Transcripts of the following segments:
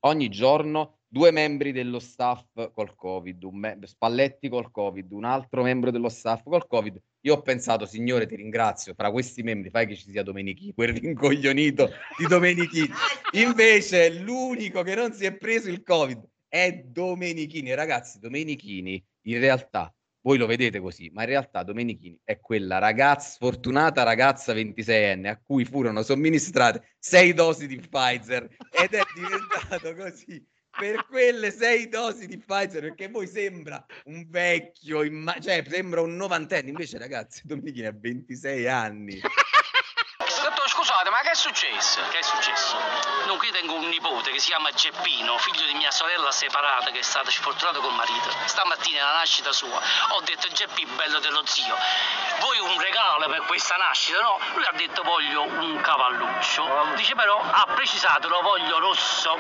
ogni giorno 2 membri dello staff col Covid, Spalletti col Covid, un altro membro dello staff col Covid. Io ho pensato, Signore, ti ringrazio, fra questi membri fai che ci sia Domenichini, quel rincoglionito di Domenichini. Invece l'unico che non si è preso il Covid è Domenichini. Ragazzi, Domenichini in realtà, voi lo vedete così, ma in realtà Domenichini è quella sfortunata ragazza 26enne a cui furono somministrate 6 dosi di Pfizer ed è diventato così per quelle 6 dosi di Pfizer, perché voi sembra un vecchio, cioè sembra un novantenne, invece ragazzi Domenichini ha 26 anni. Dottor, scusate, ma che è successo? Che è successo? No, qui tengo un nipote che si chiama Geppino, figlio di mia sorella separata che è stata sfortunata col marito. Stamattina alla nascita sua ho detto: Geppi, bello dello zio, vuoi un regalo per questa nascita? No, lui ha detto: voglio un cavalluccio. Dice però, ha precisato, lo voglio rosso.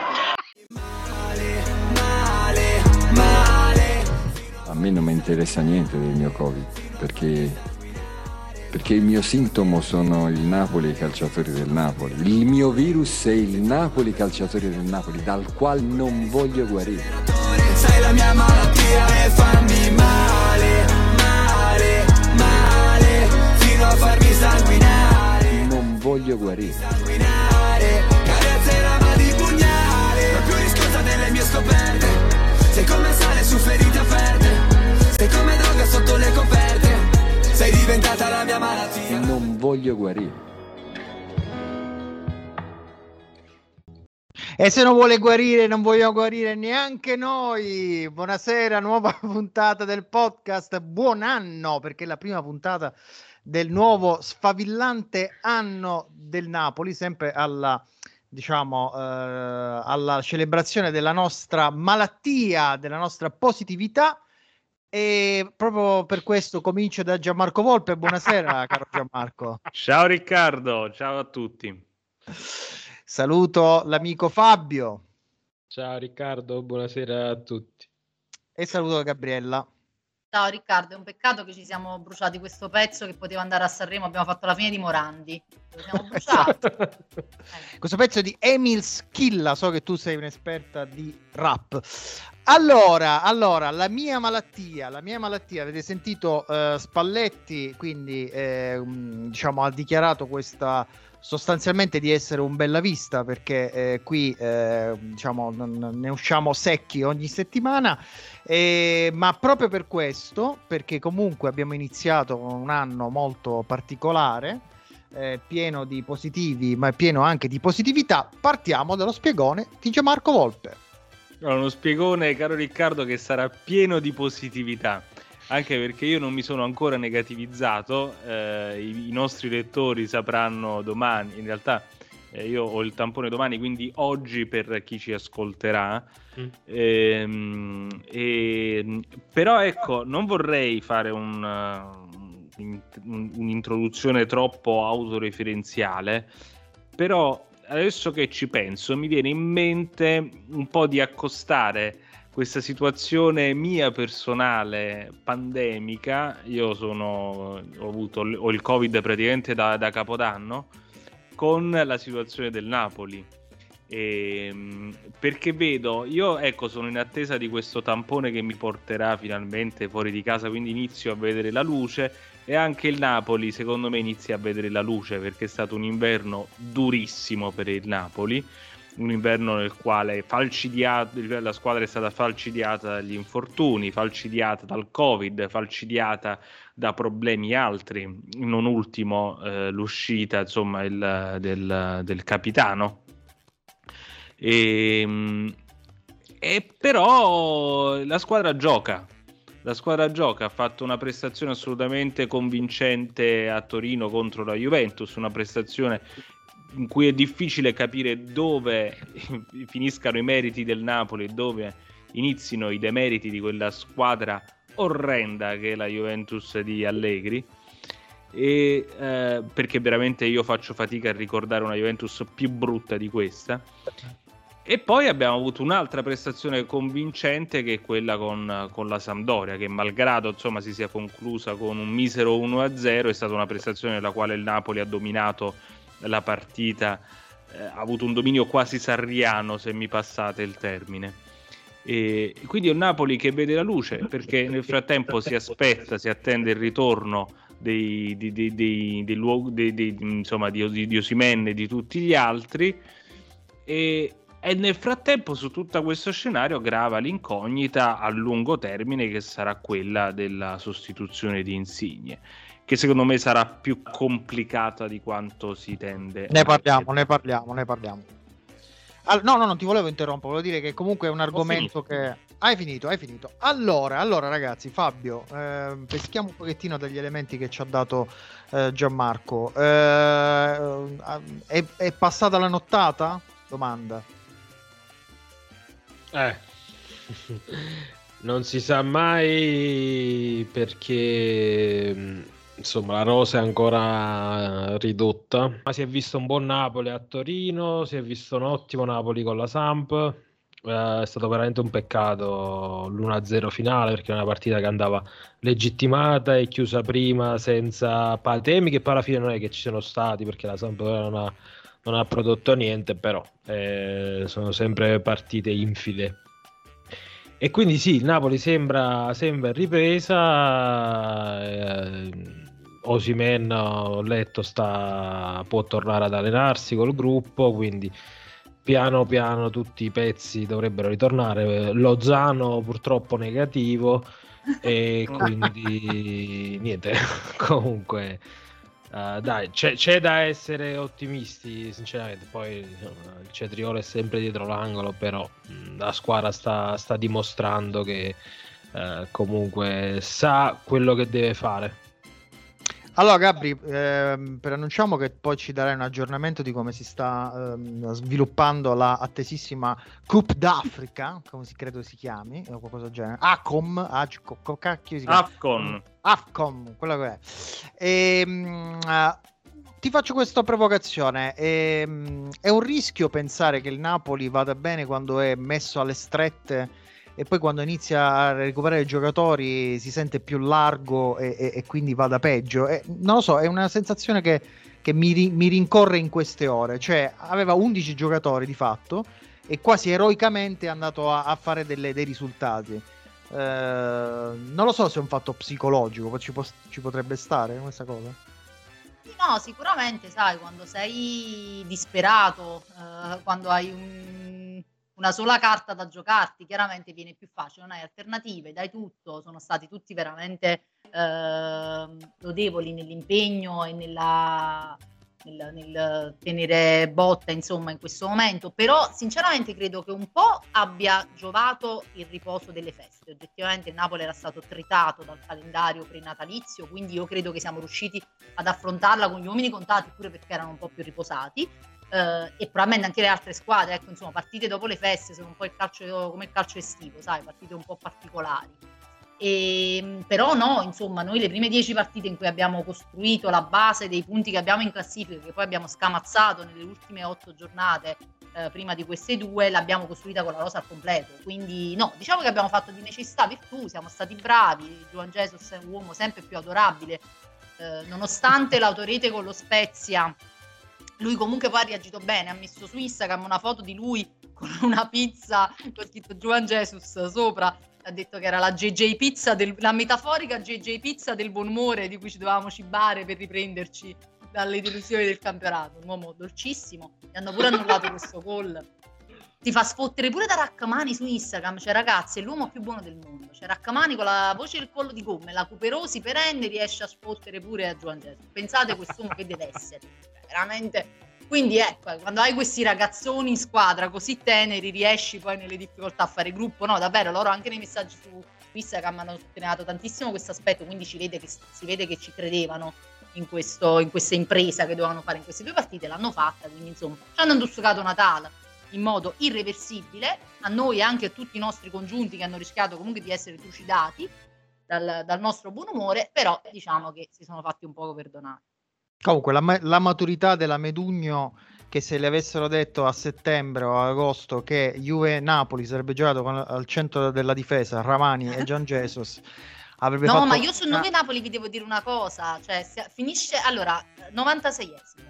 A me non mi interessa niente del mio Covid, perché il mio sintomo sono il Napoli e i calciatori del Napoli. Il mio virus è il Napoli e i calciatori del Napoli, dal quale non voglio guarire. Sei la mia malattia e fammi male, male, male, fino a farmi sanguinare. Non voglio guarire. Sanguinare, carezze e lama di pugnale, più rischiosa delle mie scoperte. Sei come sale su ferite aperte, sei come droga sotto le coperte. Sei diventata la mia malattia. Non voglio guarire. E se non vuole guarire, non vogliamo guarire neanche noi. Buonasera, nuova puntata del podcast. Buon anno, perché è la prima puntata del nuovo sfavillante anno del Napoli, sempre alla, diciamo, alla celebrazione della nostra malattia, della nostra positività. E proprio per questo comincio da Gianmarco Volpe. Buonasera, caro Gianmarco. Ciao Riccardo, ciao a tutti. Saluto l'amico Fabio. Ciao Riccardo, buonasera a tutti. E saluto Gabriella. Ciao Riccardo, è un peccato che ci siamo bruciati questo pezzo che poteva andare a Sanremo, abbiamo fatto la fine di Morandi. Lo siamo bruciati. Questo pezzo di Emil Schilla, so che tu sei un'esperta di rap. Allora, la mia malattia, avete sentito Spalletti, quindi diciamo ha dichiarato questa sostanzialmente di essere un bellavista, perché qui diciamo ne usciamo secchi ogni settimana, ma proprio per questo, perché comunque abbiamo iniziato un anno molto particolare, pieno di positivi ma pieno anche di positività, partiamo dallo spiegone di Gianmarco Volpe. Uno spiegone, caro Riccardo, che sarà pieno di positività, anche perché io non mi sono ancora negativizzato, i nostri lettori sapranno domani, in realtà io ho il tampone domani, quindi oggi per chi ci ascolterà, però ecco, non vorrei fare un'introduzione troppo autoreferenziale, però adesso che ci penso mi viene in mente un po' di accostare questa situazione mia personale pandemica. Io ho il Covid praticamente da Capodanno, con la situazione del Napoli, perché vedo, io ecco sono in attesa di questo tampone che mi porterà finalmente fuori di casa, quindi inizio a vedere la luce, e anche il Napoli secondo me inizia a vedere la luce, perché è stato un inverno durissimo per il Napoli, un inverno nel quale la squadra è stata falcidiata dagli infortuni, falcidiata dal Covid, falcidiata da problemi altri, non ultimo l'uscita insomma del capitano, e però la squadra gioca, ha fatto una prestazione assolutamente convincente a Torino contro la Juventus, una prestazione in cui è difficile capire dove finiscano i meriti del Napoli e dove inizino i demeriti di quella squadra orrenda che è la Juventus di Allegri, perché veramente io faccio fatica a ricordare una Juventus più brutta di questa. E poi abbiamo avuto un'altra prestazione convincente, che è quella con la Sampdoria, che malgrado insomma si sia conclusa con un misero 1-0, è stata una prestazione nella quale il Napoli ha dominato la partita ha avuto un dominio quasi sarriano, se mi passate il termine. E quindi è un Napoli che vede la luce, perché nel frattempo si attende il ritorno di Osimhen e di tutti gli altri, e nel frattempo su tutto questo scenario grava l'incognita a lungo termine, che sarà quella della sostituzione di Insigne, che secondo me sarà più complicata di quanto si tende. Ne parliamo. No, non ti volevo interrompere, volevo dire che comunque è un argomento che... Hai finito. Allora ragazzi, Fabio, peschiamo un pochettino dagli elementi che ci ha dato Gianmarco. È passata la nottata? Domanda. Non si sa mai, perché insomma la rosa è ancora ridotta, ma si è visto un buon Napoli a Torino, si è visto un ottimo Napoli con la Samp. È stato veramente un peccato l'1-0 finale, perché è una partita che andava legittimata e chiusa prima senza temi, che poi alla fine non è che ci siano stati, perché la Samp non ha prodotto niente, però sono sempre partite infide. E quindi sì, il Napoli sembra in ripresa. Osimhen, ho letto, può tornare ad allenarsi col gruppo, quindi piano piano tutti i pezzi dovrebbero ritornare. Lozano purtroppo negativo, e quindi niente. Comunque dai, c'è da essere ottimisti, sinceramente. Poi il cetriolo è sempre dietro l'angolo, però la squadra sta dimostrando che comunque sa quello che deve fare. Allora Gabri, preannunciamo che poi ci darai un aggiornamento di come si sta sviluppando la attesissima Coupe d'Africa, come credo si chiami, o qualcosa del genere. Cacchio si chiama? Afcon, quello che è. Ti faccio questa provocazione. È un rischio pensare che il Napoli vada bene quando è messo alle strette, e poi quando inizia a recuperare i giocatori si sente più largo e quindi vada peggio. Non lo so, è una sensazione che mi rincorre in queste ore. Cioè, aveva 11 giocatori di fatto e quasi eroicamente è andato a fare dei risultati. Non lo so se è un fatto psicologico, ci potrebbe stare questa cosa. No, sicuramente, sai, quando sei disperato, quando hai una sola carta da giocarti, chiaramente viene più facile, non hai alternative, dai tutto. Sono stati tutti veramente lodevoli nell'impegno e nel tenere botta, insomma, in questo momento. Però sinceramente credo che un po' abbia giovato il riposo delle feste. Oggettivamente il Napoli era stato tritato dal calendario prenatalizio, quindi io credo che siamo riusciti ad affrontarla con gli uomini contati, pure perché erano un po' più riposati. E probabilmente anche le altre squadre, ecco, insomma, partite dopo le feste sono un po' il calcio, come il calcio estivo, sai, partite un po' particolari. Però no, insomma, noi le prime 10 partite in cui abbiamo costruito la base dei punti che abbiamo in classifica, che poi abbiamo scamazzato nelle ultime 8 giornate prima di queste 2, l'abbiamo costruita con la rosa al completo. Quindi no, diciamo che abbiamo fatto di necessità virtù, siamo stati bravi. Juan Jesus è un uomo sempre più adorabile, nonostante l'autorete con lo Spezia. Lui comunque poi ha reagito bene, ha messo su Instagram una foto di lui con una pizza con scritto Juan Jesus sopra, ha detto che era la JJ Pizza, la metaforica JJ Pizza del buon umore di cui ci dovevamo cibare per riprenderci dalle delusioni del campionato. Un uomo dolcissimo, gli hanno pure annullato questo gol. Ti fa sfottere pure da Rachmani su Instagram, cioè ragazzi, è l'uomo più buono del mondo. Cioè Rachmani con la voce del collo di gomme, la cuperosi perenne, riesce a sfottere pure a Juan Jesus. Pensate quest'uomo che deve essere, veramente. Quindi ecco, quando hai questi ragazzoni in squadra così teneri, riesci poi nelle difficoltà a fare gruppo. No, davvero, loro anche nei messaggi su Instagram hanno sottolineato tantissimo questo aspetto, quindi si vede che ci credevano in questa impresa che dovevano fare in queste 2 partite, l'hanno fatta, quindi insomma ci hanno induscato Natale in modo irreversibile, a noi e anche a tutti i nostri congiunti che hanno rischiato comunque di essere trucidati dal nostro buon umore, però diciamo che si sono fatti un poco perdonare. Comunque la maturità della Medugno, che se le avessero detto a settembre o agosto che Juve-Napoli sarebbe giocato al centro della difesa Ramani e Gian Jesus, avrebbe fatto... No, ma io sul Juve-Napoli vi devo dire una cosa, cioè finisce, allora, 96esimo,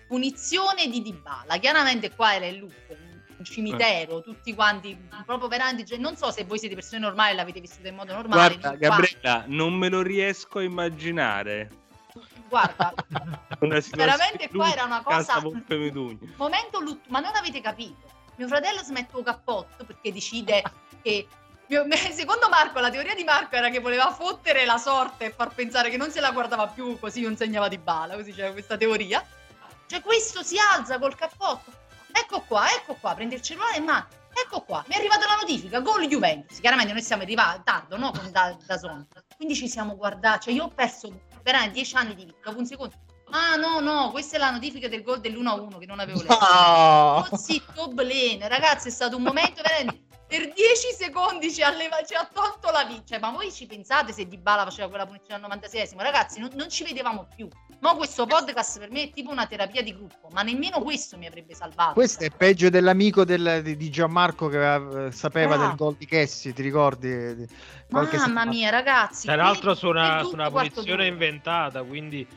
punizione di Dybala. Chiaramente qua era il loop, un cimitero, tutti quanti proprio veramente, non so se voi siete persone normali, l'avete vissuto in modo normale. Guarda, Gabriella, non me lo riesco a immaginare. Guarda, veramente qua era una cosa, momento loop, ma non avete capito. Mio fratello smette un cappotto perché decide che secondo Marco, la teoria di Marco era che voleva fottere la sorte e far pensare che non se la guardava più, così non segnava Dybala, così c'era questa teoria. Cioè questo si alza col cappotto, ecco qua, prende il cellulare in mano, ecco qua, mi è arrivata la notifica, gol Juventus. Chiaramente noi siamo arrivati tardo, no? Con DAZN. Quindi ci siamo guardati, cioè io ho perso veramente 10 anni di vita, dopo un secondo. Ah no, questa è la notifica del gol dell'1-1 che non avevo letto. Oh, zitto, Blene, ragazzi, è stato un momento veramente, per 10 secondi ci ha tolto la vita. Cioè, ma voi ci pensate se Dybala faceva quella punizione al 96esimo? Ragazzi, non ci vedevamo più. Ma questo podcast per me è tipo una terapia di gruppo, ma nemmeno questo mi avrebbe salvato. Questo è peggio dell'amico di Gianmarco che sapeva del gol di Chessi, ti ricordi? Mamma mia, ragazzi. Tra l'altro su una punizione inventata, quindi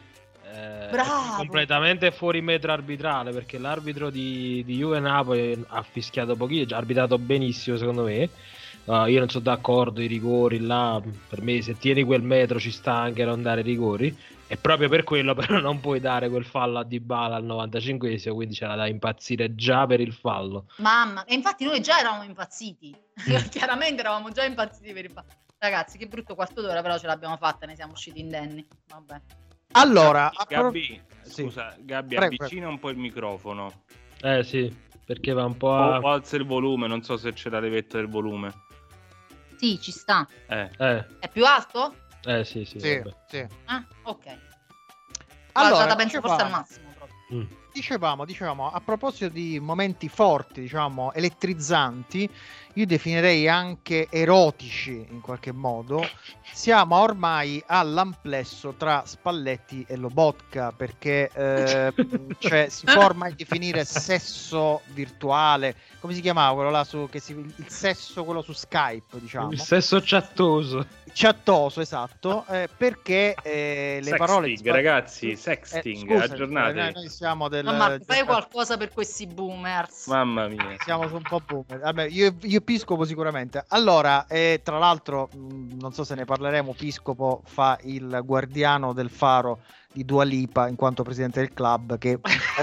completamente fuori metro arbitrale, perché l'arbitro di Juve Napoli ha fischiato pochino, ha arbitrato benissimo secondo me. Io non sono d'accordo, i rigori là, per me se tieni quel metro ci sta anche a non dare rigori, e proprio per quello però non puoi dare quel fallo a Dybala al 95esimo, quindi c'era da impazzire già per il fallo. Mamma, e infatti noi già eravamo impazziti, chiaramente eravamo già impazziti per il fallo. Ragazzi, che brutto quarto d'ora, però ce l'abbiamo fatta, ne siamo usciti indenni. Vabbè. Allora, Gabby, scusa, Gabby, avvicina un po' il microfono. Sì, perché va un po' a... O alza il volume, non so se c'è la levetta del volume. Sì, ci sta. È più alto? Sì. Ah, ok. Allora, penso forse al massimo proprio. Dicevamo, a proposito di momenti forti, diciamo, elettrizzanti, io definirei anche erotici in qualche modo. Siamo ormai all'amplesso tra Spalletti e Lobotka, perché cioè, si può ormai definire sesso virtuale. Come si chiamava quello là il sesso, quello su Skype, diciamo. Il sesso ciattoso, esatto, perché le parole ragazzi, sexting, aggiornate. Noi siamo Marco, fai qualcosa per questi boomers. Mamma mia, siamo un po' boomer. Vabbè, io Piscopo sicuramente. Allora, tra l'altro, non so se ne parleremo, Piscopo fa il guardiano del faro di Dua Lipa in quanto presidente del club, che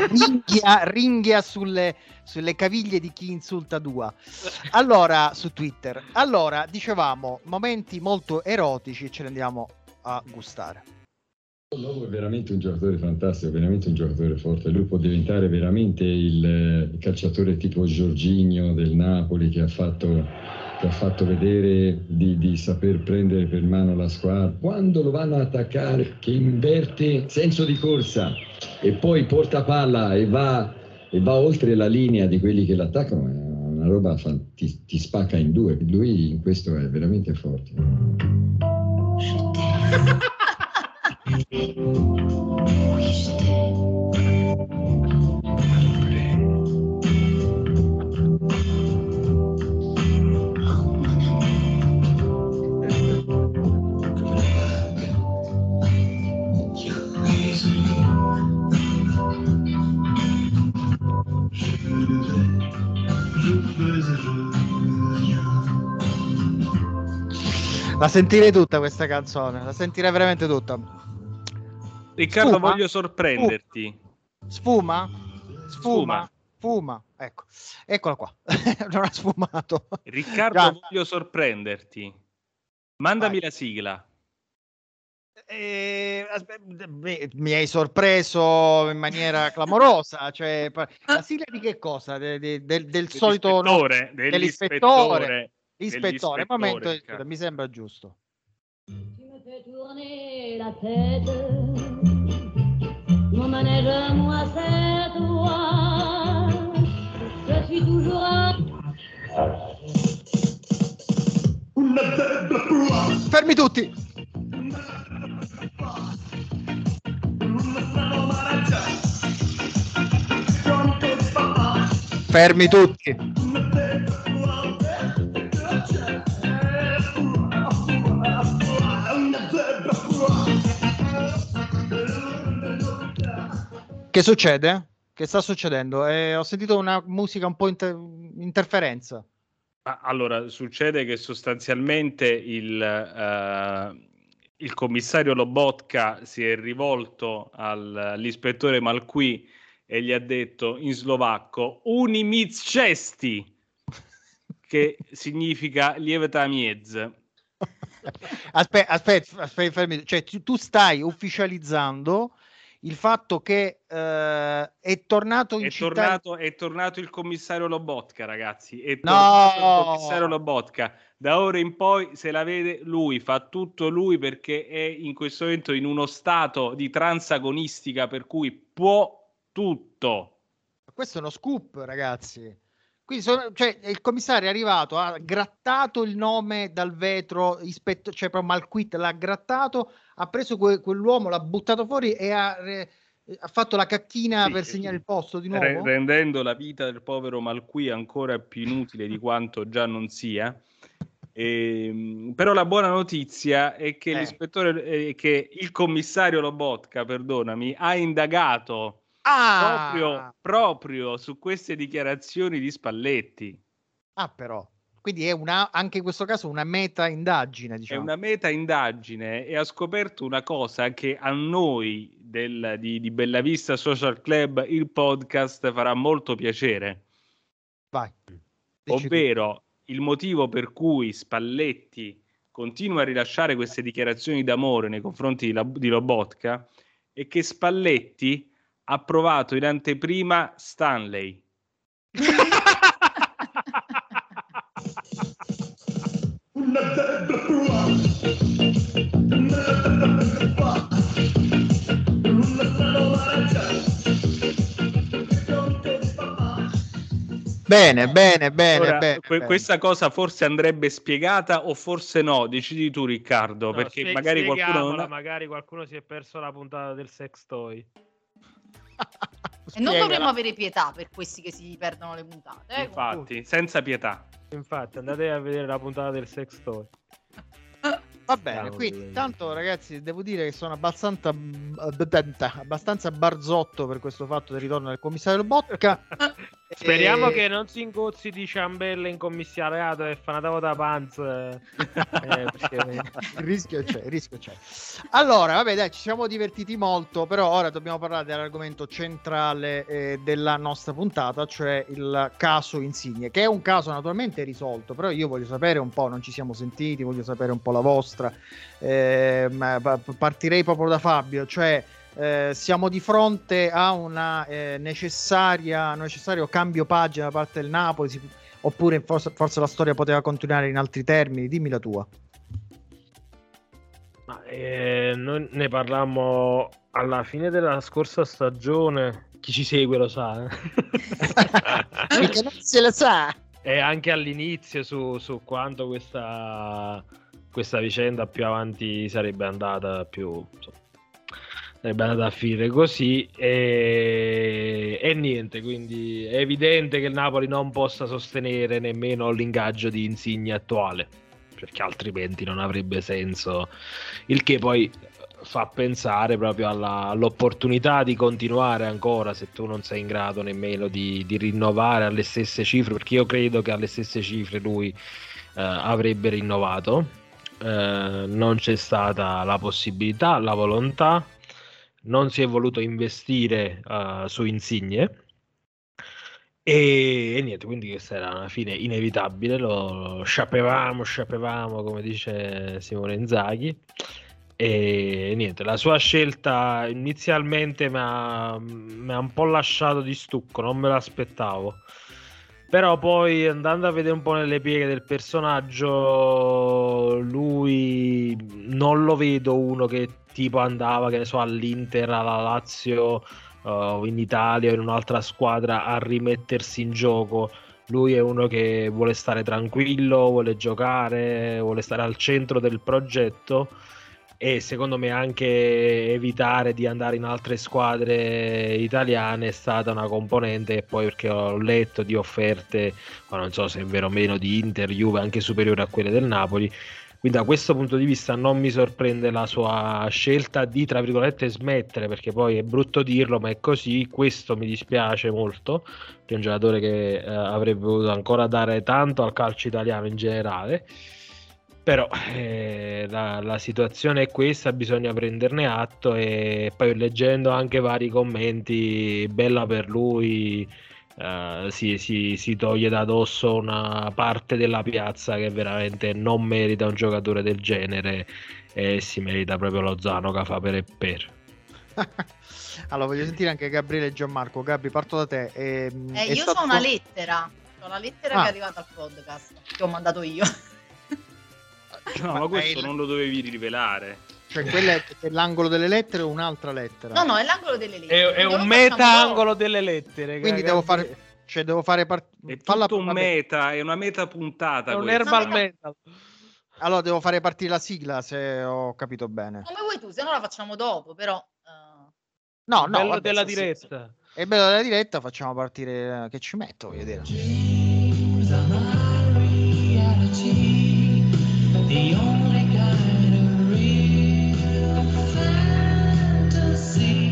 ringhia sulle caviglie di chi insulta Dua. Allora, su Twitter. Allora, dicevamo, momenti molto erotici, ce ne andiamo a gustare. L'uomo è veramente un giocatore fantastico, veramente un giocatore forte. Lui può diventare veramente il calciatore tipo Jorginho del Napoli, che ha fatto vedere di saper prendere per mano la squadra. Quando lo vanno ad attaccare, che inverte senso di corsa e poi porta palla e va oltre la linea di quelli che l'attaccano, è una roba, ti spacca in due. Lui in questo è veramente forte. La sentirei tutta questa canzone, la sentirei veramente tutta. Riccardo, Sfuma? voglio sorprenderti. Sfuma? Ecco, eccola qua. Non ha sfumato. Riccardo, voglio sorprenderti. Mandami la sigla. Mi hai sorpreso in maniera clamorosa. Cioè, la sigla di che cosa? Del solito dell'ispettore. L'ispettore, momento, mi sembra giusto. Fermi tutti! Fermi tutti! Che succede? Che sta succedendo? Ho sentito una musica un po' interferenza. Allora, succede che sostanzialmente il commissario Lobotka si è rivolto all'ispettore Malqui e gli ha detto in slovacco unimizcesti, che significa lievita miez. Aspetta, fermi. Cioè, tu stai ufficializzando il fatto che è tornato in città. È tornato il commissario Lobotka, ragazzi. È No! tornato il commissario Lobotka. Da ora in poi se la vede lui, fa tutto lui, perché è in questo momento in uno stato di transagonistica per cui può tutto. Questo è uno scoop, ragazzi. Quindi cioè, il commissario è arrivato, ha grattato il nome dal vetro, cioè proprio Malquit l'ha grattato, ha preso quell'uomo, l'ha buttato fuori e ha fatto la cacchina per segnare il posto di nuovo. Rendendo la vita del povero Malqui ancora più inutile di quanto già non sia. Però la buona notizia è che l'ispettore, che il commissario Lobotka, perdonami, ha indagato proprio su queste dichiarazioni di Spalletti. Però quindi è anche in questo caso una meta indagine, diciamo. È una meta indagine e ha scoperto una cosa che a noi di Bellavista Social Club, il podcast, farà molto piacere. Vai. Ovvero il motivo per cui Spalletti continua a rilasciare queste dichiarazioni d'amore nei confronti di Lobotka è che Spalletti ha provato in anteprima Stanley. Bene. Ora, bene. Questa cosa forse andrebbe spiegata o forse no, decidi tu Riccardo, perché magari qualcuno si è perso la puntata del sex toy. E non dovremmo avere pietà per questi che si perdono le puntate. Infatti, senza pietà. Infatti, andate a vedere la puntata del sex toy. Va bene, quindi tanto ragazzi devo dire che sono abbastanza barzotto per questo fatto del ritorno del commissario Lobotka. Speriamo che non si ingozzi di ciambelle in commissariato e fa una tavola da panza. Il rischio c'è. Allora, vabbè, dai, ci siamo divertiti molto, però ora dobbiamo parlare dell'argomento centrale della nostra puntata, cioè il caso Insigne, che è un caso naturalmente risolto, però io voglio sapere un po', non ci siamo sentiti, voglio sapere un po' la vostra. Partirei proprio da Fabio, cioè siamo di fronte a una necessario cambio pagina da parte del Napoli, oppure forse la storia poteva continuare in altri termini? Dimmi la tua. Noi ne parlammo alla fine della scorsa stagione, chi ci segue lo sa. Perché non se lo sa. E anche all'inizio su quanto questa vicenda più avanti sarebbe andata a finire così e niente, quindi è evidente che il Napoli non possa sostenere nemmeno l'ingaggio di Insigne attuale, perché altrimenti non avrebbe senso, il che poi fa pensare proprio all'opportunità di continuare ancora, se tu non sei in grado nemmeno di rinnovare alle stesse cifre, perché io credo che alle stesse cifre lui avrebbe rinnovato. Non c'è stata la possibilità, la volontà, non si è voluto investire su Insigne e niente, quindi questa era una fine inevitabile, lo sciapevamo come dice Simone Inzaghi e niente, la sua scelta inizialmente mi ha un po' lasciato di stucco, non me l'aspettavo. Però poi andando a vedere un po' nelle pieghe del personaggio, lui non lo vedo uno che tipo andava, che ne so, all'Inter, alla Lazio, in Italia o in un'altra squadra a rimettersi in gioco. Lui è uno che vuole stare tranquillo, vuole giocare, vuole stare al centro del progetto e secondo me anche evitare di andare in altre squadre italiane è stata una componente, e poi perché ho letto di offerte, ma non so se è vero o meno, di Inter, Juve anche superiori a quelle del Napoli, Quindi da questo punto di vista non mi sorprende la sua scelta di, tra virgolette, smettere, perché poi è brutto dirlo, ma è così. Questo mi dispiace molto, che è un giocatore che avrebbe voluto ancora dare tanto al calcio italiano in generale. Però la situazione è questa, bisogna prenderne atto, e poi leggendo anche vari commenti, bella per lui, si toglie da dosso una parte della piazza che veramente non merita un giocatore del genere, e si merita proprio lo Zanoga fa per e per. Allora voglio sentire anche Gabriele e Gianmarco. Gabri, parto da te. Io ho una lettera, che è arrivata al podcast, che ho mandato io. No, ma questo non lo dovevi rivelare. Cioè, quella è l'angolo delle lettere o un'altra lettera? No, è l'angolo delle lettere. È un meta-angolo delle lettere. Quindi devo fare... Cioè, devo fare è tutto un meta, è una meta puntata. È un herbal metal. Allora devo fare partire la sigla, se ho capito bene. Come vuoi tu, se no la facciamo dopo, però... No, bello vabbè, della diretta. È bello della diretta, facciamo partire... Che ci metto, voglio dire. The only kind of real fantasy.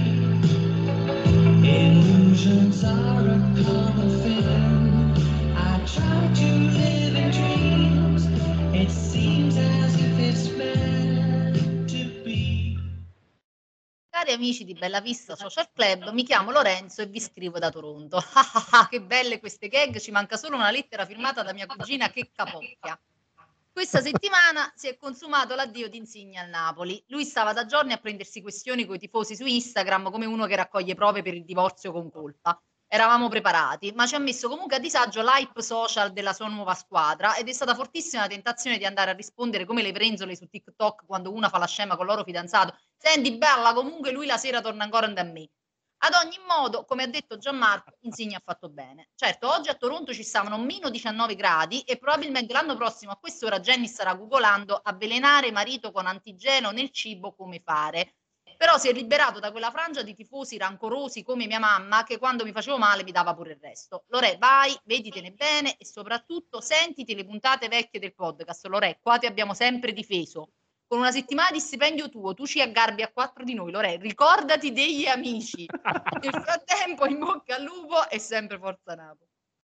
Illusions are a common thing. I try to live in dreams. It seems as if it's meant to be. Cari amici di Bella Vista Social Club, mi chiamo Lorenzo e vi scrivo da Toronto. Che belle queste gag, ci manca solo una lettera firmata da mia cugina che capocchia. Questa settimana si è consumato l'addio di Insigne al Napoli. Lui stava da giorni a prendersi questioni coi tifosi su Instagram come uno che raccoglie prove per il divorzio con colpa. Eravamo preparati, ma ci ha messo comunque a disagio l'hype social della sua nuova squadra ed è stata fortissima la tentazione di andare a rispondere come le frenzole su TikTok quando una fa la scema con il loro fidanzato. Senti bella, comunque lui la sera torna ancora da me. Ad ogni modo, come ha detto Gianmarco, Insigne ha fatto bene. Certo, oggi a Toronto ci stavano meno 19 gradi e probabilmente l'anno prossimo a quest'ora Jenny starà googolando avvelenare marito con antigeno nel cibo come fare. Però si è liberato da quella frangia di tifosi rancorosi come mia mamma che quando mi facevo male mi dava pure il resto. Lore, vai, veditene bene e soprattutto sentiti le puntate vecchie del podcast. Lore, qua ti abbiamo sempre difeso. Con una settimana di stipendio tuo, tu ci aggarbi a 4 di noi, Lore, ricordati degli amici. Nel frattempo, in bocca al lupo e sempre Forza Napoli.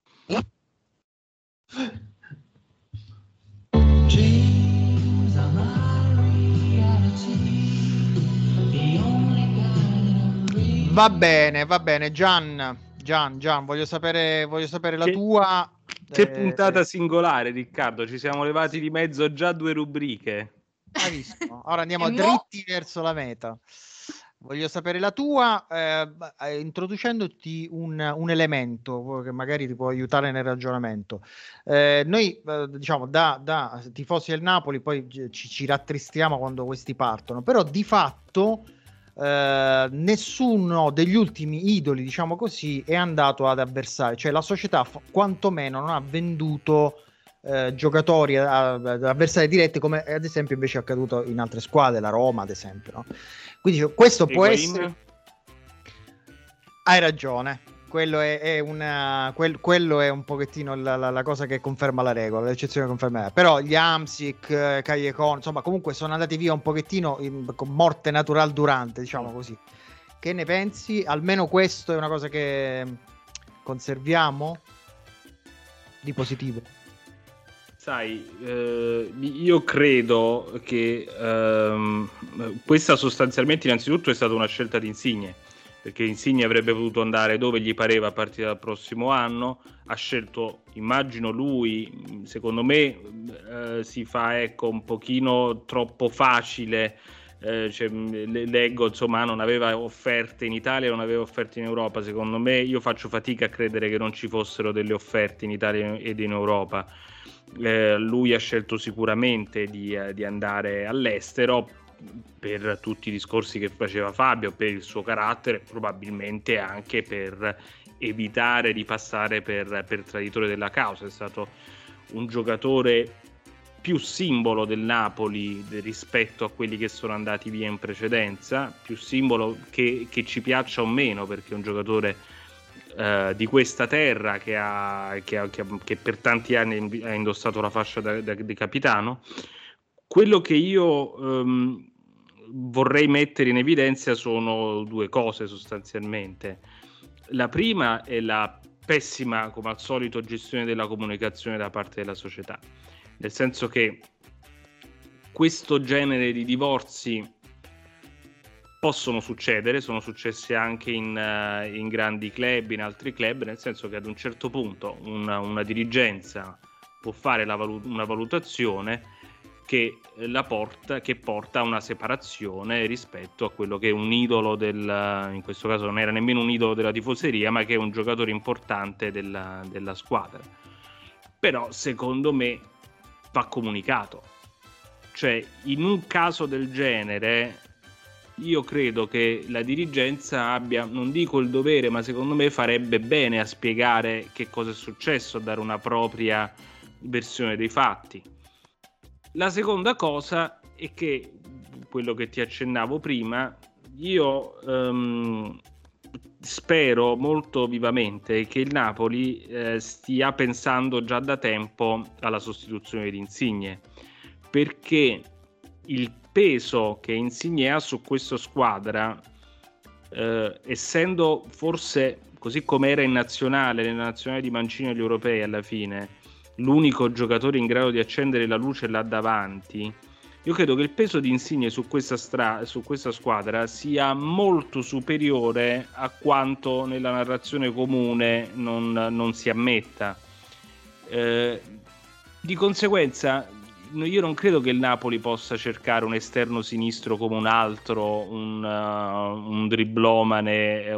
Va bene, Gian, voglio sapere la tua. Che puntata singolare, Riccardo, ci siamo levati di mezzo già 2 rubriche. Hai visto? Ora andiamo dritti verso la meta. Voglio sapere la tua, introducendoti un elemento che magari ti può aiutare nel ragionamento. Noi, diciamo, da tifosi del Napoli, poi ci rattristiamo quando questi partono, però di fatto nessuno degli ultimi idoli, diciamo così, è andato ad avversare, cioè la società quantomeno non ha venduto giocatori ad avversari diretti, come ad esempio invece è accaduto in altre squadre, la Roma ad esempio, no? Quindi questo può essere... Hai ragione, quello è un pochettino la cosa che conferma la regola, l'eccezione che conferma la regola. Però gli Amsic, Callecon, insomma comunque sono andati via un pochettino con morte natural durante, diciamo così. Che ne pensi? Almeno questo è una cosa che conserviamo di positivo. Sai, io credo che questa sostanzialmente innanzitutto è stata una scelta di Insigne, perché Insigne avrebbe potuto andare dove gli pareva a partire dal prossimo anno, ha scelto, immagino lui, secondo me si fa un pochino troppo facile, leggo insomma non aveva offerte in Italia, non aveva offerte in Europa, secondo me io faccio fatica a credere che non ci fossero delle offerte in Italia ed in Europa. Lui ha scelto sicuramente di andare all'estero per tutti i discorsi che faceva Fabio, per il suo carattere, probabilmente anche per evitare di passare per traditore della causa. È stato un giocatore più simbolo del Napoli rispetto a quelli che sono andati via in precedenza, più simbolo che ci piaccia o meno, perché è un giocatore di questa terra che per tanti anni ha indossato la fascia di capitano. Quello che io vorrei mettere in evidenza sono due cose sostanzialmente. La prima è la pessima, come al solito, gestione della comunicazione da parte della società, nel senso che questo genere di divorzi possono succedere, sono successi anche in grandi club, in altri club, nel senso che ad un certo punto una dirigenza può fare una valutazione che porta a una separazione rispetto a quello che è un idolo in questo caso non era nemmeno un idolo della tifoseria, ma che è un giocatore importante della squadra. Però secondo me va comunicato, cioè in un caso del genere io credo che la dirigenza abbia, non dico il dovere, ma secondo me farebbe bene a spiegare che cosa è successo, a dare una propria versione dei fatti. La seconda cosa è che, quello che ti accennavo prima, io spero molto vivamente che il Napoli stia pensando già da tempo alla sostituzione di Insigne, perché il peso che Insigne ha su questa squadra, essendo forse, così come era in nazionale, nella nazionale di Mancini agli europei alla fine, l'unico giocatore in grado di accendere la luce là davanti, io credo che il peso di Insigne su questa squadra sia molto superiore a quanto nella narrazione comune non si ammetta. Di conseguenza io non credo che il Napoli possa cercare un esterno sinistro come un altro, un driblomane,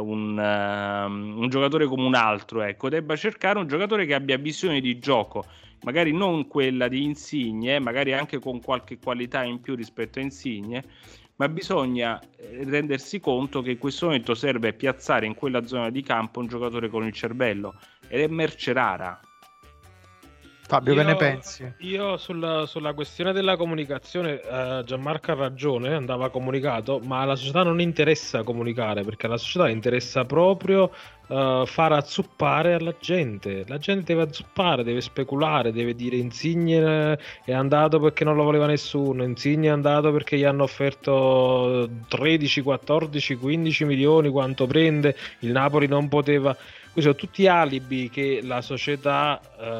un giocatore come un altro, ecco. Debba cercare un giocatore che abbia visione di gioco, magari non quella di Insigne, magari anche con qualche qualità in più rispetto a Insigne, ma bisogna rendersi conto che in questo momento serve piazzare in quella zona di campo un giocatore con il cervello, ed è merce rara. Fabio, che ne pensi? Io sulla questione della comunicazione, Gianmarco ha ragione, andava comunicato, ma alla società non interessa comunicare, perché alla società interessa proprio far azzuppare alla gente. La gente deve azzuppare, deve speculare, deve dire Insigne è andato perché non lo voleva nessuno, Insigne è andato perché gli hanno offerto 13, 14, 15 milioni, quanto prende, il Napoli non poteva. Questi sono tutti alibi che la società,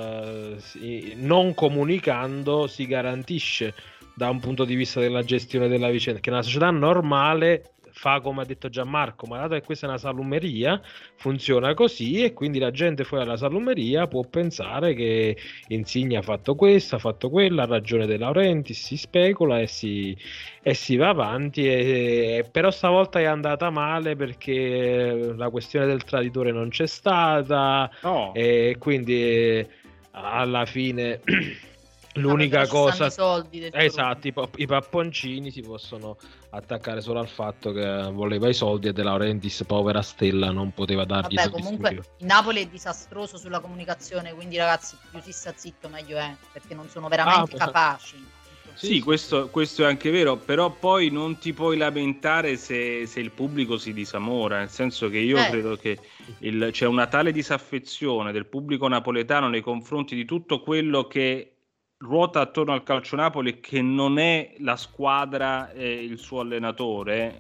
non comunicando, si garantisce da un punto di vista della gestione della vicenda, che una società normale fa come ha detto Gianmarco, ma dato che questa è una salumeria, funziona così, e quindi la gente fuori dalla salumeria può pensare che Insigne ha fatto questo, ha fatto quello, ha ragione De Laurentiis, si specula e si va avanti, però stavolta è andata male perché la questione del traditore non c'è stata, e quindi alla fine l'unica cosa, esatto, i papponcini si possono attaccare solo al fatto che voleva i soldi e De Laurentiis, povera stella, non poteva dargli. Vabbè, comunque il Napoli è disastroso sulla comunicazione, quindi ragazzi, più si sta zitto meglio è, perché non sono veramente capaci. Sì, questo è anche vero, però poi non ti puoi lamentare se il pubblico si disamora, nel senso che io credo che c'è una tale disaffezione del pubblico napoletano nei confronti di tutto quello che ruota attorno al calcio Napoli, che non è la squadra e il suo allenatore,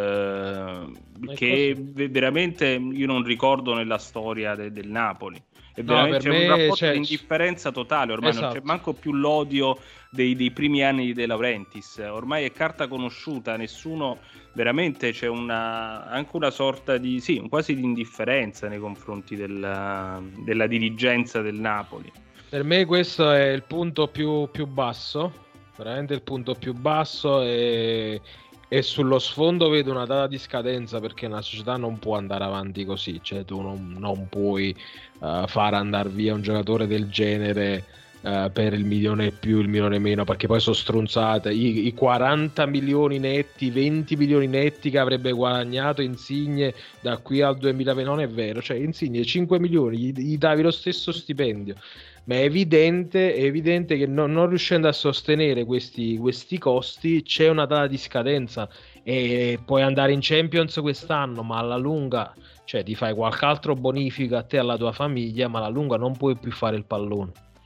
che veramente io non ricordo nella storia del Napoli. È veramente c'è un rapporto di indifferenza totale, ormai non c'è manco più l'odio dei primi anni di De Laurentiis, ormai è carta conosciuta, nessuno, veramente c'è anche una sorta di quasi di indifferenza nei confronti della dirigenza del Napoli. Per me questo è il punto più basso, veramente il punto più basso, e sullo sfondo vedo una data di scadenza, perché una società non può andare avanti così, cioè tu non puoi far andare via un giocatore del genere per il milione e più, il milione meno, perché poi sono stronzate. I 40 milioni netti, 20 milioni netti che avrebbe guadagnato Insigne da qui al 2020 non è vero, cioè Insigne 5 milioni gli davi lo stesso stipendio, ma è evidente che non riuscendo a sostenere questi costi c'è una data di scadenza, e puoi andare in Champions quest'anno, ma alla lunga, cioè ti fai qualche altro bonifico a te e alla tua famiglia, ma alla lunga non puoi più fare il pallone.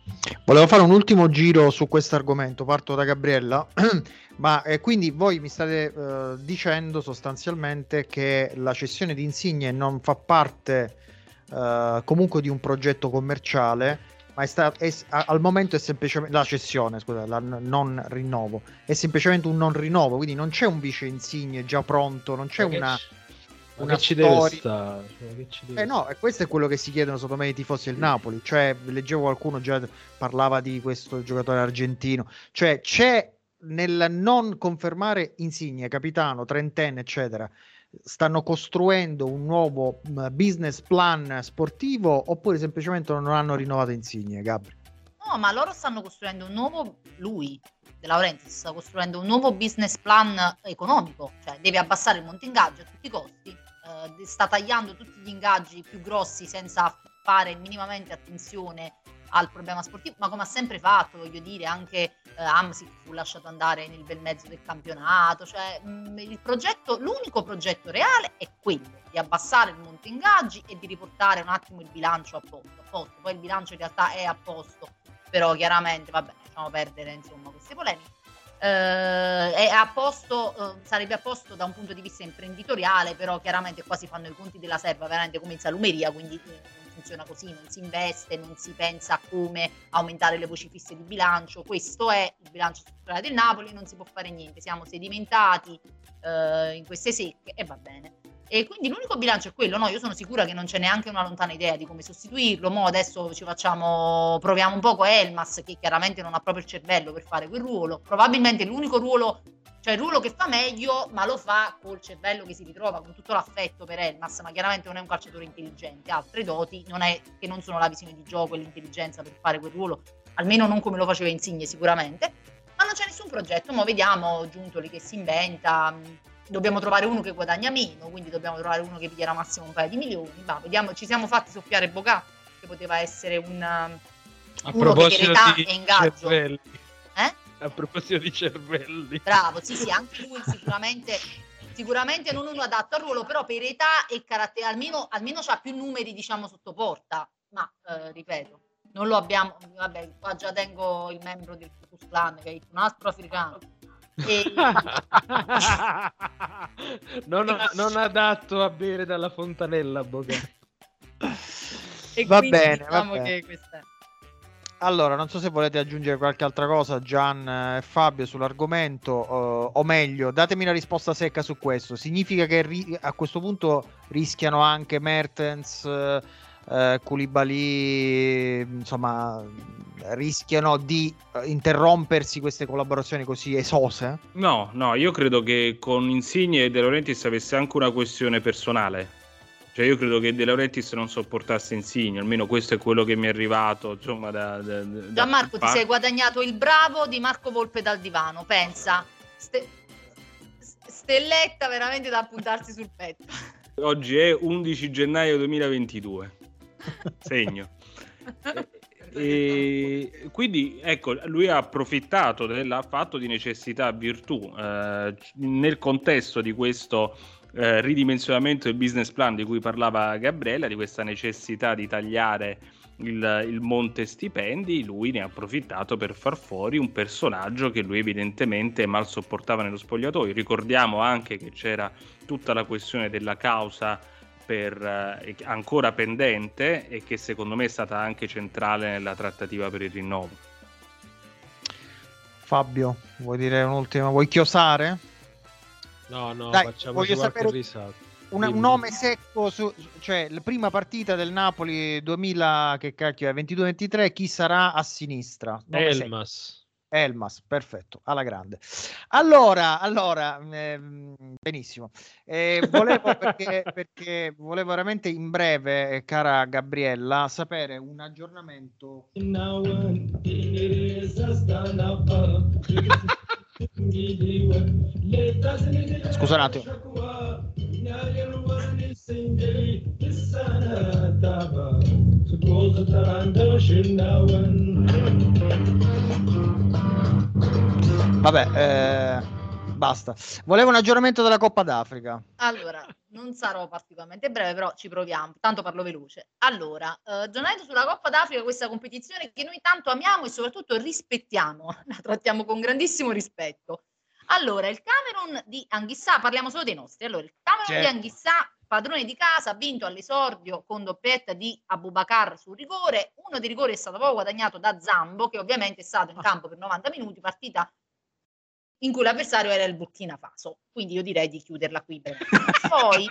Volevo fare un ultimo giro su questo argomento, parto da Gabriella, ma quindi voi mi state dicendo sostanzialmente che la cessione di Insigne non fa parte comunque di un progetto commerciale, ma al momento è semplicemente la cessione, scusa, non rinnovo, è semplicemente un non rinnovo, quindi non c'è un vice Insigne già pronto, non c'è una ci deve storia. stare? No, e questo è quello che si chiedono secondo me i tifosi del Napoli, cioè leggevo qualcuno già parlava di questo giocatore argentino, cioè c'è nel non confermare Insigne, capitano, trentenne eccetera, stanno costruendo un nuovo business plan sportivo oppure semplicemente non hanno rinnovato Insigne, Gabri? No, ma loro stanno costruendo un nuovo, lui, De Laurentiis, sta costruendo un nuovo business plan economico, cioè deve abbassare il monte ingaggio a tutti i costi, sta tagliando tutti gli ingaggi più grossi senza fare minimamente attenzione al problema sportivo, ma come ha sempre fatto, voglio dire, anche Hamsik fu lasciato andare nel bel mezzo del campionato, cioè l'unico progetto reale è quello di abbassare il monte ingaggi e di riportare un attimo il bilancio a posto. Poi il bilancio in realtà è a posto, però chiaramente, vabbè, lasciamo perdere insomma queste polemiche. È a posto, sarebbe a posto da un punto di vista imprenditoriale, però chiaramente qua si fanno i conti della serva veramente come in salumeria, quindi non funziona così, non si investe, non si pensa a come aumentare le voci fisse di bilancio. Questo è il bilancio strutturale del Napoli, non si può fare niente, siamo sedimentati in queste secche e va bene. E quindi l'unico bilancio è quello, no? Io sono sicura che non c'è neanche una lontana idea di come sostituirlo. Mo adesso proviamo un po' con Elmas, che chiaramente non ha proprio il cervello per fare quel ruolo. Probabilmente l'unico ruolo, cioè il ruolo che fa meglio, ma lo fa col cervello che si ritrova, con tutto l'affetto per Elmas, ma chiaramente non è un calciatore intelligente, ha altre doti, che non sono la visione di gioco e l'intelligenza per fare quel ruolo, almeno non come lo faceva Insigne sicuramente. Ma non c'è nessun progetto, mo vediamo Giuntoli che si inventa. Dobbiamo trovare uno che guadagna meno, quindi dobbiamo trovare uno che piglierà massimo un paio di milioni. Va, vediamo, ci siamo fatti soffiare Bocà, che poteva essere uno che età e ingaggio. A proposito di cervelli. Bravo, sì, anche lui sicuramente non uno adatto al ruolo, però per età e carattere, almeno c'ha più numeri, diciamo, sotto porta. Ma, ripeto, non lo abbiamo, vabbè, qua già tengo il membro del Ku Klux Klan, che è un altro africano. Non adatto a bere dalla fontanella, Bocà. Va bene, diciamo che questa è. Allora, non so se volete aggiungere qualche altra cosa, Gian e Fabio, sull'argomento, o meglio, datemi una risposta secca su questo. Significa che a questo punto rischiano anche Mertens, Koulibaly, insomma, rischiano di interrompersi queste collaborazioni così esose? No, io credo che con Insigne e De Laurentiis avesse anche una questione personale. Cioè io credo che De Laurentiis non sopportasse Insigne, almeno questo è quello che mi è arrivato, insomma, Gianmarco, ti sei guadagnato il bravo di Marco Volpe dal divano, pensa. Stelletta veramente da appuntarsi sul petto. Oggi è 11 gennaio 2022. Segno. E quindi ecco, lui ha approfittato del fatto di necessità virtù nel contesto di questo ridimensionamento del business plan di cui parlava Gabriella, di questa necessità di tagliare il monte stipendi. Lui ne ha approfittato per far fuori un personaggio che lui evidentemente mal sopportava nello spogliatoio. Ricordiamo anche che c'era tutta la questione della causa ancora pendente e che secondo me è stata anche centrale nella trattativa per il rinnovo. Fabio, vuoi dire un'ultima? Vuoi chiosare? No, dai, facciamo voglio sapere risata. Un nome secco cioè la prima partita del Napoli 2000, che cacchio è, 22-23, chi sarà a sinistra? Elmas, perfetto, alla grande. Allora, benissimo. Volevo perché volevo veramente in breve, cara Gabriella, sapere un aggiornamento. Scusa un attimo. Vabbè, basta. Volevo un aggiornamento della Coppa d'Africa. Allora, non sarò particolarmente breve, però ci proviamo, tanto parlo veloce. Allora, aggiornamento sulla Coppa d'Africa, questa competizione che noi tanto amiamo e soprattutto rispettiamo, la trattiamo con grandissimo rispetto. Allora, il Camerun di Anghissà, parliamo solo dei nostri. Allora, il Camerun di Anghissà, padrone di casa, ha vinto all'esordio con doppietta di Abubakar sul rigore. Uno dei rigori è stato poi guadagnato da Zambo, che ovviamente è stato in campo per 90 minuti, partita in cui l'avversario era il Burkina Faso. Quindi io direi di chiuderla qui. Poi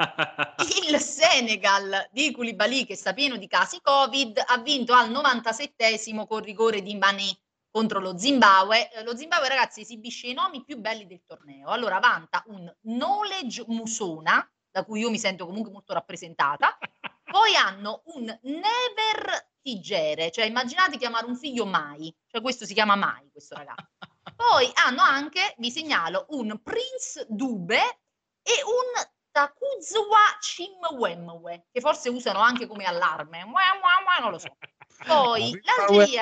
il Senegal di Koulibaly, che sta pieno di casi Covid, ha vinto al 97esimo con rigore di Mané contro lo Zimbabwe. Lo Zimbabwe, ragazzi, esibisce i nomi più belli del torneo. Allora, vanta un Knowledge Musona, da cui io mi sento comunque molto rappresentata. Poi hanno un Never Tigere, cioè immaginate chiamare un figlio Mai, cioè questo si chiama Mai, questo ragazzo. Poi hanno anche, vi segnalo, un Prince Dube e un Takuzwa Chimwemwe, che forse usano anche come allarme, non lo so. Poi l'Algeria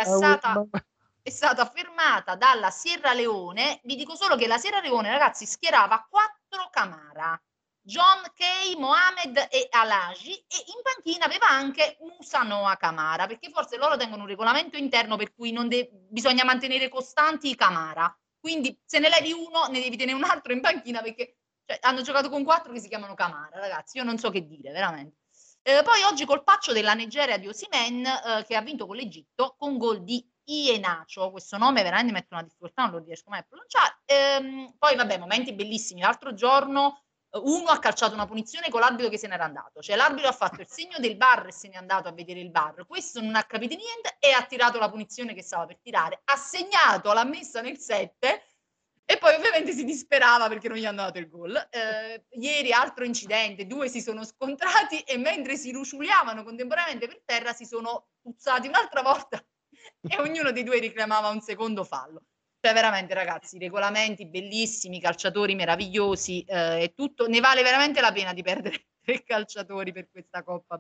è stata fermata dalla Sierra Leone. Vi dico solo che la Sierra Leone, ragazzi, schierava 4 Camara, John Kay, Mohamed e Alaji, e in panchina aveva anche Musa Noah Camara, perché forse loro tengono un regolamento interno per cui bisogna mantenere costanti i Camara, quindi se ne levi uno ne devi tenere un altro in panchina, perché hanno giocato con 4 che si chiamano Camara, ragazzi, io non so che dire, veramente. Poi oggi colpaccio della Nigeria di Osimhen, che ha vinto con l'Egitto con gol di Iheanacho, questo nome veramente mette una difficoltà, non lo riesco mai a pronunciare. Poi vabbè, momenti bellissimi. L'altro giorno uno ha calciato una punizione con l'arbitro che se n'era andato, cioè l'arbitro ha fatto il segno del VAR e se n'è andato a vedere il VAR, questo non ha capito niente e ha tirato la punizione che stava per tirare, ha segnato, l'ha messa nel 7 e poi ovviamente si disperava perché non gli hanno dato il gol. Ieri altro incidente, 2 si sono scontrati e mentre si rusciuliavano contemporaneamente per terra si sono puzzati un'altra volta e ognuno dei 2 reclamava un secondo fallo. Cioè veramente, ragazzi, regolamenti bellissimi, calciatori meravigliosi, e tutto, ne vale veramente la pena di perdere 3 calciatori per questa Coppa.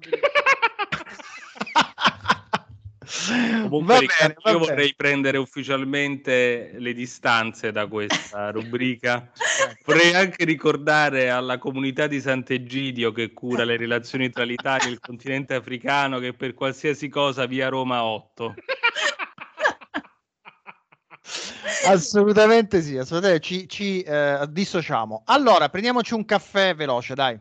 Comunque, Riccardo, io vorrei prendere ufficialmente le distanze da questa rubrica. Vorrei anche ricordare alla comunità di Sant'Egidio, che cura le relazioni tra l'Italia e il continente africano, che per qualsiasi cosa via Roma 8. Assolutamente sì, assolutamente ci dissociamo. Allora, prendiamoci un caffè veloce, dai.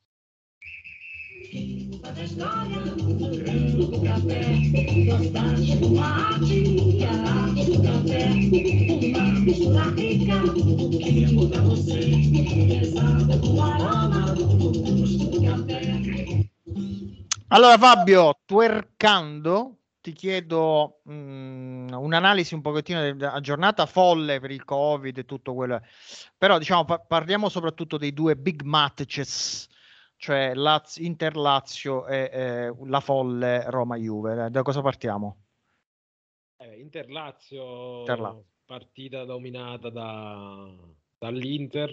Allora Fabio, twerkando, ti chiedo un'analisi un pochettino della giornata folle per il Covid e tutto quello, però diciamo parliamo soprattutto dei 2 big matches, cioè Inter-Lazio e la folle Roma-Juve. Da cosa partiamo? Inter-Lazio, partita dominata dall'Inter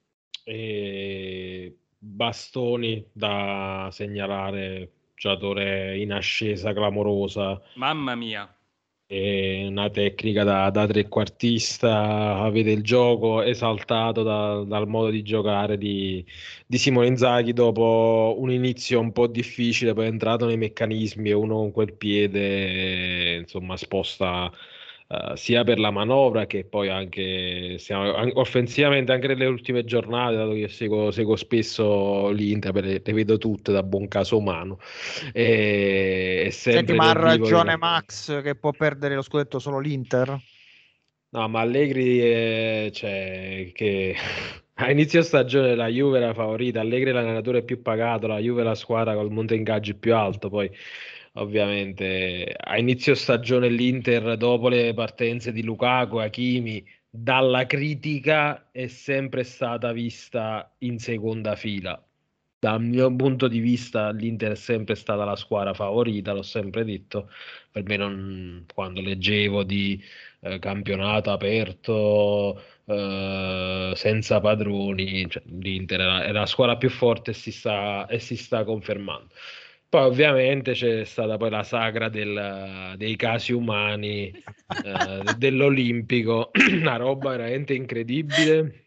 e bastoni da segnalare, giocatore in ascesa clamorosa, mamma mia, e una tecnica da trequartista, vede il gioco esaltato dal modo di giocare di Simone Inzaghi dopo un inizio un po' difficile, poi è entrato nei meccanismi e uno con quel piede insomma sposta sia per la manovra che poi anche offensivamente, anche nelle ultime giornate, dato che seguo spesso l'Inter, le vedo tutte da buon caso umano. Senti, ma ha ragione Max che può perdere lo scudetto solo l'Inter? No, ma Allegri che a inizio stagione la Juve era favorita, Allegri è l'allenatore più pagato, la Juve è la squadra col monte ingaggi più alto, poi ovviamente a inizio stagione l'Inter, dopo le partenze di Lukaku e Hakimi, dalla critica è sempre stata vista in seconda fila. Dal mio punto di vista l'Inter è sempre stata la squadra favorita, l'ho sempre detto. Per me quando leggevo di campionato aperto, senza padroni, cioè, l'Inter è la squadra più forte e si sta confermando. Poi ovviamente c'è stata poi la sagra dei casi umani dell'Olimpico, una roba veramente incredibile.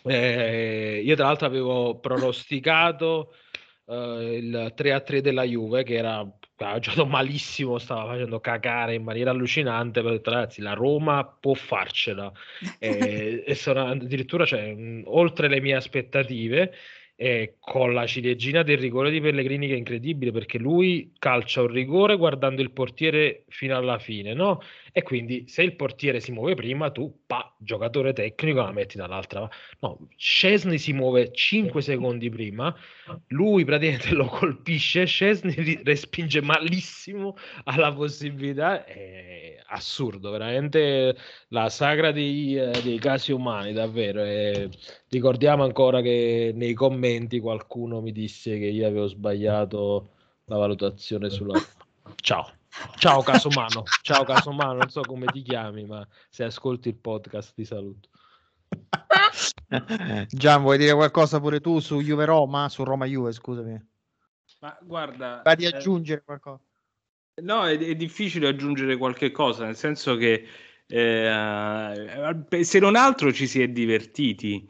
Io tra l'altro avevo pronosticato il 3-3 della Juve, che aveva giocato malissimo, stava facendo cagare in maniera allucinante, però ho detto, ragazzi, la Roma può farcela, e sono addirittura, cioè, oltre le mie aspettative, con la ciliegina del rigore di Pellegrini, che è incredibile, perché lui calcia un rigore guardando il portiere fino alla fine, no? E quindi se il portiere si muove prima, tu, giocatore tecnico, la metti dall'altra. No, Szczesny si muove 5 secondi prima, lui praticamente lo colpisce, Szczesny respinge malissimo alla possibilità. È assurdo, veramente la sagra dei casi umani, davvero. E ricordiamo ancora che nei commenti qualcuno mi disse che io avevo sbagliato la valutazione sulla... Ciao Casomano, non so come ti chiami, ma se ascolti il podcast ti saluto. Gian, vuoi dire qualcosa pure tu su Juve Roma? Su Roma Juve, scusami. Ma guarda, Vai di aggiungere qualcosa? no, è difficile aggiungere qualche cosa, nel senso che se non altro ci si è divertiti.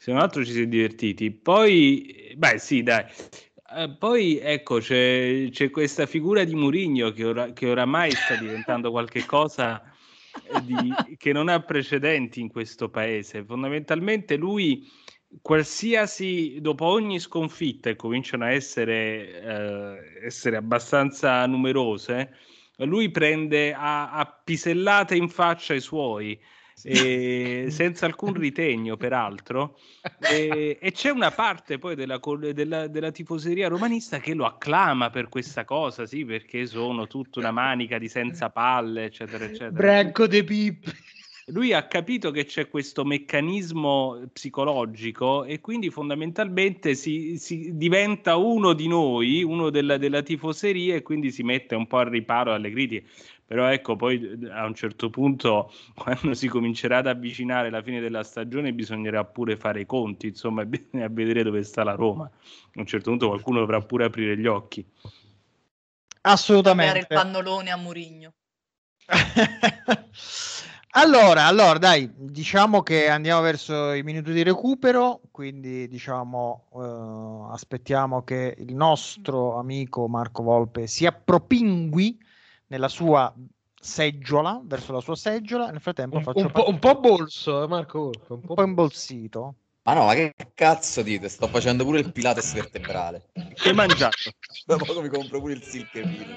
Poi, beh, sì, dai. Poi ecco, c'è questa figura di Mourinho che oramai sta diventando qualche cosa che non ha precedenti in questo paese. Fondamentalmente lui, qualsiasi, dopo ogni sconfitta, e cominciano a essere abbastanza numerose, lui prende a pisellate in faccia i suoi, senza alcun ritegno, peraltro, e c'è una parte poi della tifoseria romanista che lo acclama per questa cosa, sì, perché sono tutta una manica di senza palle, eccetera, eccetera. Branco de Pip. Lui ha capito che c'è questo meccanismo psicologico e quindi fondamentalmente si diventa uno di noi, uno della tifoseria, e quindi si mette un po' al riparo alle critiche. Però ecco, poi a un certo punto, quando si comincerà ad avvicinare la fine della stagione, bisognerà pure fare i conti, insomma, bisogna vedere dove sta la Roma. A un certo punto qualcuno dovrà pure aprire gli occhi. Assolutamente. Cambiare il pannolone a Mourinho. Allora, dai, diciamo che andiamo verso i minuti di recupero, quindi diciamo aspettiamo che il nostro amico Marco Volpe si appropingui nella sua seggiola, verso la sua seggiola. Nel frattempo un po' bolso, Marco Volpe, un po' imbolsito. Ma no, ma che cazzo dite? Sto facendo pure il Pilates vertebrale. Che hai mangiato? Da poco mi compro pure il Silkepino.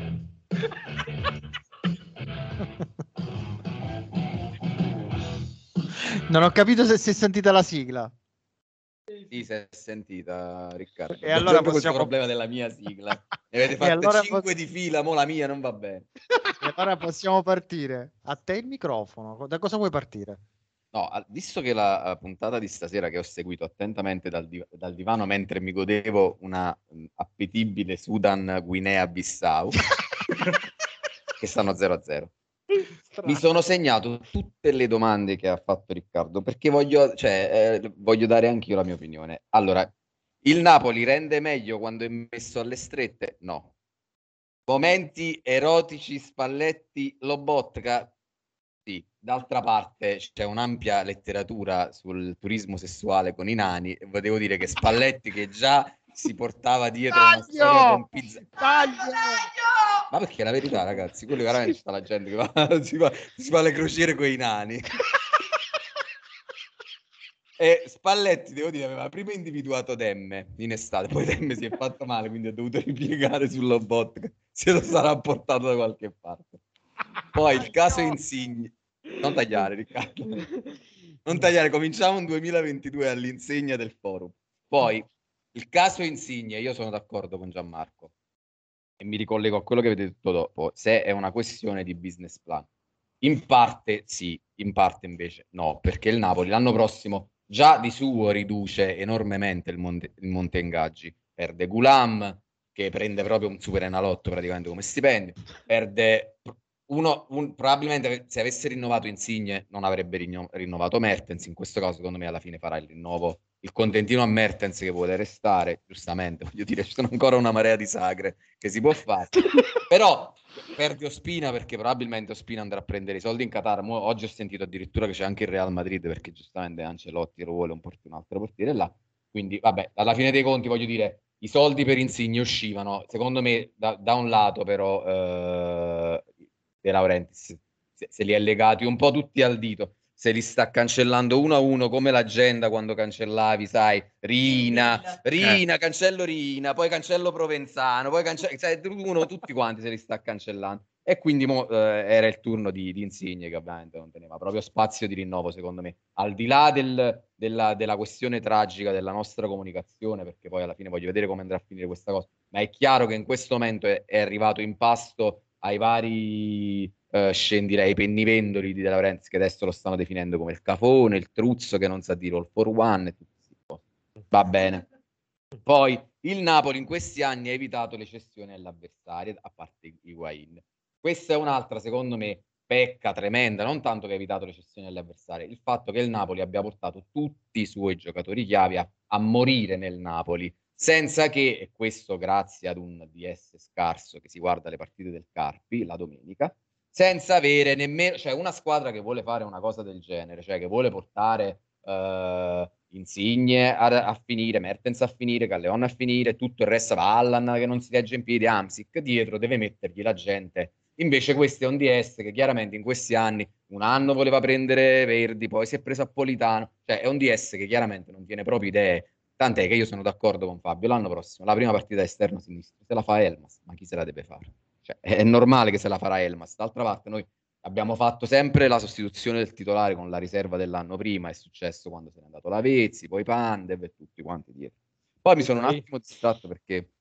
Non ho capito se si è sentita la sigla. Sì, si è sentita, Riccardo. E allora possiamo... possiamo... il problema della mia sigla. Ne avete fatte allora 5 di fila, mo la mia non va bene. E allora possiamo partire. A te il microfono. Da cosa vuoi partire? No, visto che la puntata di stasera, che ho seguito attentamente dal divano mentre mi godevo una appetibile Sudan Guinea-Bissau, che stanno 0-0. Mi sono segnato tutte le domande che ha fatto Riccardo, perché voglio dare anche io la mia opinione. Allora, il Napoli rende meglio quando è messo alle strette? No. Momenti erotici, Spalletti, Lobotka? Sì. D'altra parte c'è un'ampia letteratura sul turismo sessuale con i nani, e devo dire che Spalletti, che già si portava dietro una storia con pizza... Ma perché è la verità, ragazzi, quello veramente sta la gente che si fa le crociere con i nani. E Spalletti, devo dire, aveva prima individuato Demme in estate, poi Demme si è fatto male, quindi ha dovuto ripiegare sullo bot, se lo sarà portato da qualche parte. Poi il caso Insigne. Non tagliare, Riccardo. Non tagliare, cominciamo un 2022 all'insegna del forum. Poi il caso Insigne, io sono d'accordo con Gianmarco. E mi ricollego a quello che avete detto dopo, se è una questione di business plan. In parte sì, in parte invece no, perché il Napoli l'anno prossimo già di suo riduce enormemente il monte ingaggi. Perde Gulam, che prende proprio un super enalotto praticamente come stipendio, perde probabilmente se avesse rinnovato Insigne non avrebbe rinnovato Mertens. In questo caso secondo me alla fine farà il rinnovo, il contentino a Mertens che vuole restare, giustamente, voglio dire, ci sono ancora una marea di sagre che si può fare, però perde Ospina perché probabilmente Ospina andrà a prendere i soldi in Qatar. Oggi ho sentito addirittura che c'è anche il Real Madrid perché giustamente Ancelotti lo vuole un altro portiere là, quindi vabbè, alla fine dei conti voglio dire, i soldi per Insigne uscivano, secondo me da un lato però De Laurentiis se li è legati un po' tutti al dito, se li sta cancellando uno a uno come l'agenda quando cancellavi, sai, Rina, cancello Rina, poi cancello Provenzano, poi uno, tutti quanti se li sta cancellando. E quindi era il turno di Insigne che ovviamente non teneva proprio spazio di rinnovo, secondo me, al di là della questione tragica della nostra comunicazione, perché poi alla fine voglio vedere come andrà a finire questa cosa, ma è chiaro che in questo momento è arrivato in pasto ai vari scendirei pennivendoli di De Laurentiis che adesso lo stanno definendo come il cafone, il truzzo che non sa dire all for one e tutti questi cose. Va bene. Poi il Napoli in questi anni ha evitato le cessioni all'avversario, a parte Higuain. Questa è un'altra, secondo me, pecca tremenda, non tanto che ha evitato le cessioni all'avversario, il fatto che il Napoli abbia portato tutti i suoi giocatori chiavi a morire nel Napoli, senza che, e questo grazie ad un DS scarso che si guarda le partite del Carpi la domenica, senza avere nemmeno, cioè una squadra che vuole fare una cosa del genere, cioè che vuole portare Insigne a finire, Mertens a finire, Callejon a finire, tutto il resto va Allan che non si regge in piedi, Hamsik dietro, deve mettergli la gente. Invece questo è un DS che chiaramente in questi anni, un anno voleva prendere Verdi, poi si è preso Apolitano, cioè è un DS che chiaramente non tiene proprio idee, tant'è che io sono d'accordo con Fabio, l'anno prossimo la prima partita esterno sinistro se la fa Elmas, ma chi se la deve fare? Cioè, è normale che se la farà Elmas. D'altra parte noi abbiamo fatto sempre la sostituzione del titolare con la riserva dell'anno prima, è successo quando se n'è andato Lavezzi, poi Pandev e tutti quanti dietro. Poi mi sono un attimo distratto perché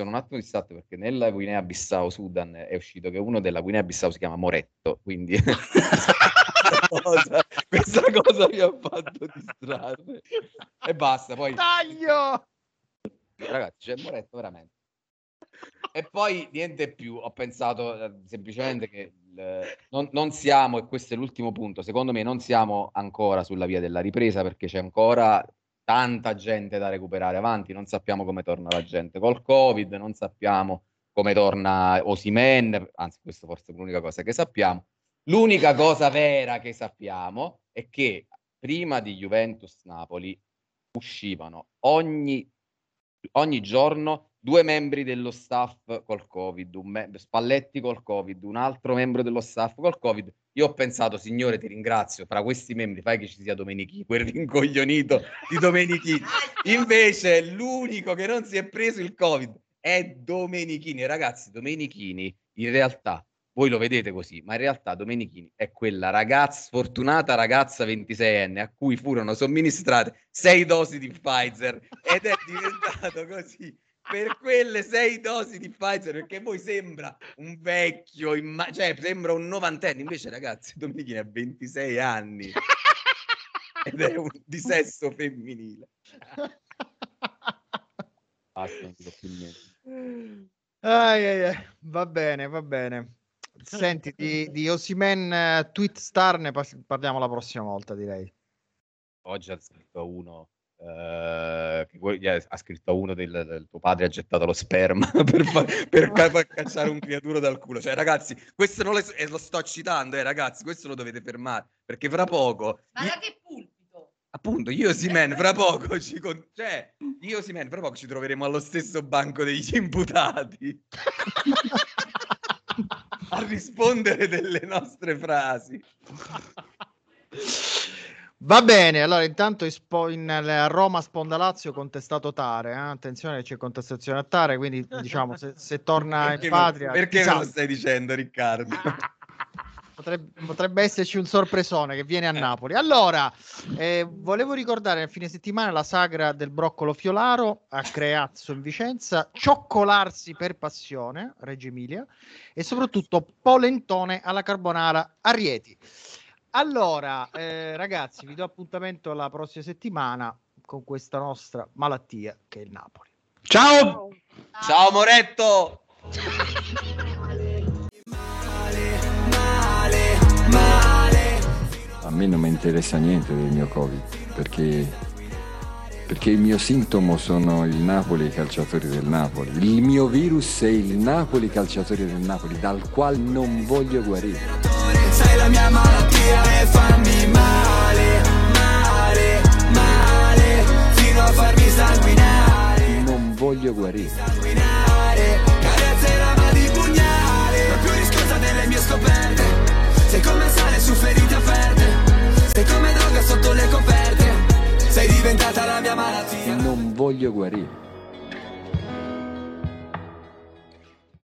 nella Guinea-Bissau Sudan è uscito che uno della Guinea-Bissau si chiama Moretto, quindi questa cosa mi ha fatto distrarre e basta. Poi taglio, ragazzi, c'è Moretto veramente. E poi niente più, ho pensato semplicemente che non siamo, e questo è l'ultimo punto, secondo me non siamo ancora sulla via della ripresa perché c'è ancora tanta gente da recuperare avanti, non sappiamo come torna la gente col Covid, non sappiamo come torna Osimhen, anzi questa forse è l'unica cosa che sappiamo. L'unica cosa vera che sappiamo è che prima di Juventus-Napoli uscivano ogni giorno 2 membri dello staff col Covid, Spalletti col Covid, un altro membro dello staff col Covid. Io ho pensato, signore, ti ringrazio, fra questi membri fai che ci sia Domenichini, quel rincoglionito di Domenichini. Invece l'unico che non si è preso il Covid è Domenichini. Ragazzi, Domenichini in realtà, voi lo vedete così, ma in realtà Domenichini è quella sfortunata ragazza 26enne a cui furono somministrate 6 dosi di Pfizer ed è diventato così per quelle 6 dosi di Pfizer, perché poi sembra un vecchio, cioè sembra un novantenne, invece ragazzi Domenichini ha 26 anni ed è di sesso femminile. Basta, non dico più niente. Va bene. Senti, di Osimhen tweet star ne parliamo la prossima volta, direi. Oggi ha scritto uno ha scritto a uno del tuo padre ha gettato lo sperma per cacciare un criaturo dal culo. Cioè ragazzi, questo non lo sto citando, ragazzi, questo lo dovete fermare perché fra poco da che pulpito? Appunto, io Osimhen fra poco ci troveremo allo stesso banco degli imputati a rispondere delle nostre frasi. Va bene, allora intanto in Roma sponda Lazio contestato Tare, attenzione che c'è contestazione a Tare, quindi diciamo se torna in patria... Perché me lo stai dicendo, Riccardo? Potrebbe esserci un sorpresone che viene a Napoli. Allora, volevo ricordare nel fine settimana la sagra del broccolo Fiolaro a Creazzo in Vicenza, cioccolarsi per passione, Reggio Emilia, e soprattutto polentone alla carbonara a Rieti. Allora, ragazzi, vi do appuntamento la prossima settimana con questa nostra malattia che è il Napoli. Ciao Moretto! Male, me non mi interessa niente del mio Covid, perché il mio sintomo sono il Napoli e i calciatori del Napoli. Il mio virus è il Napoli e i calciatori del Napoli, dal quale non voglio guarire. Sei la mia malattia e fammi male, male, male, fino a farmi sanguinare. Non voglio guarire. Sanguinare.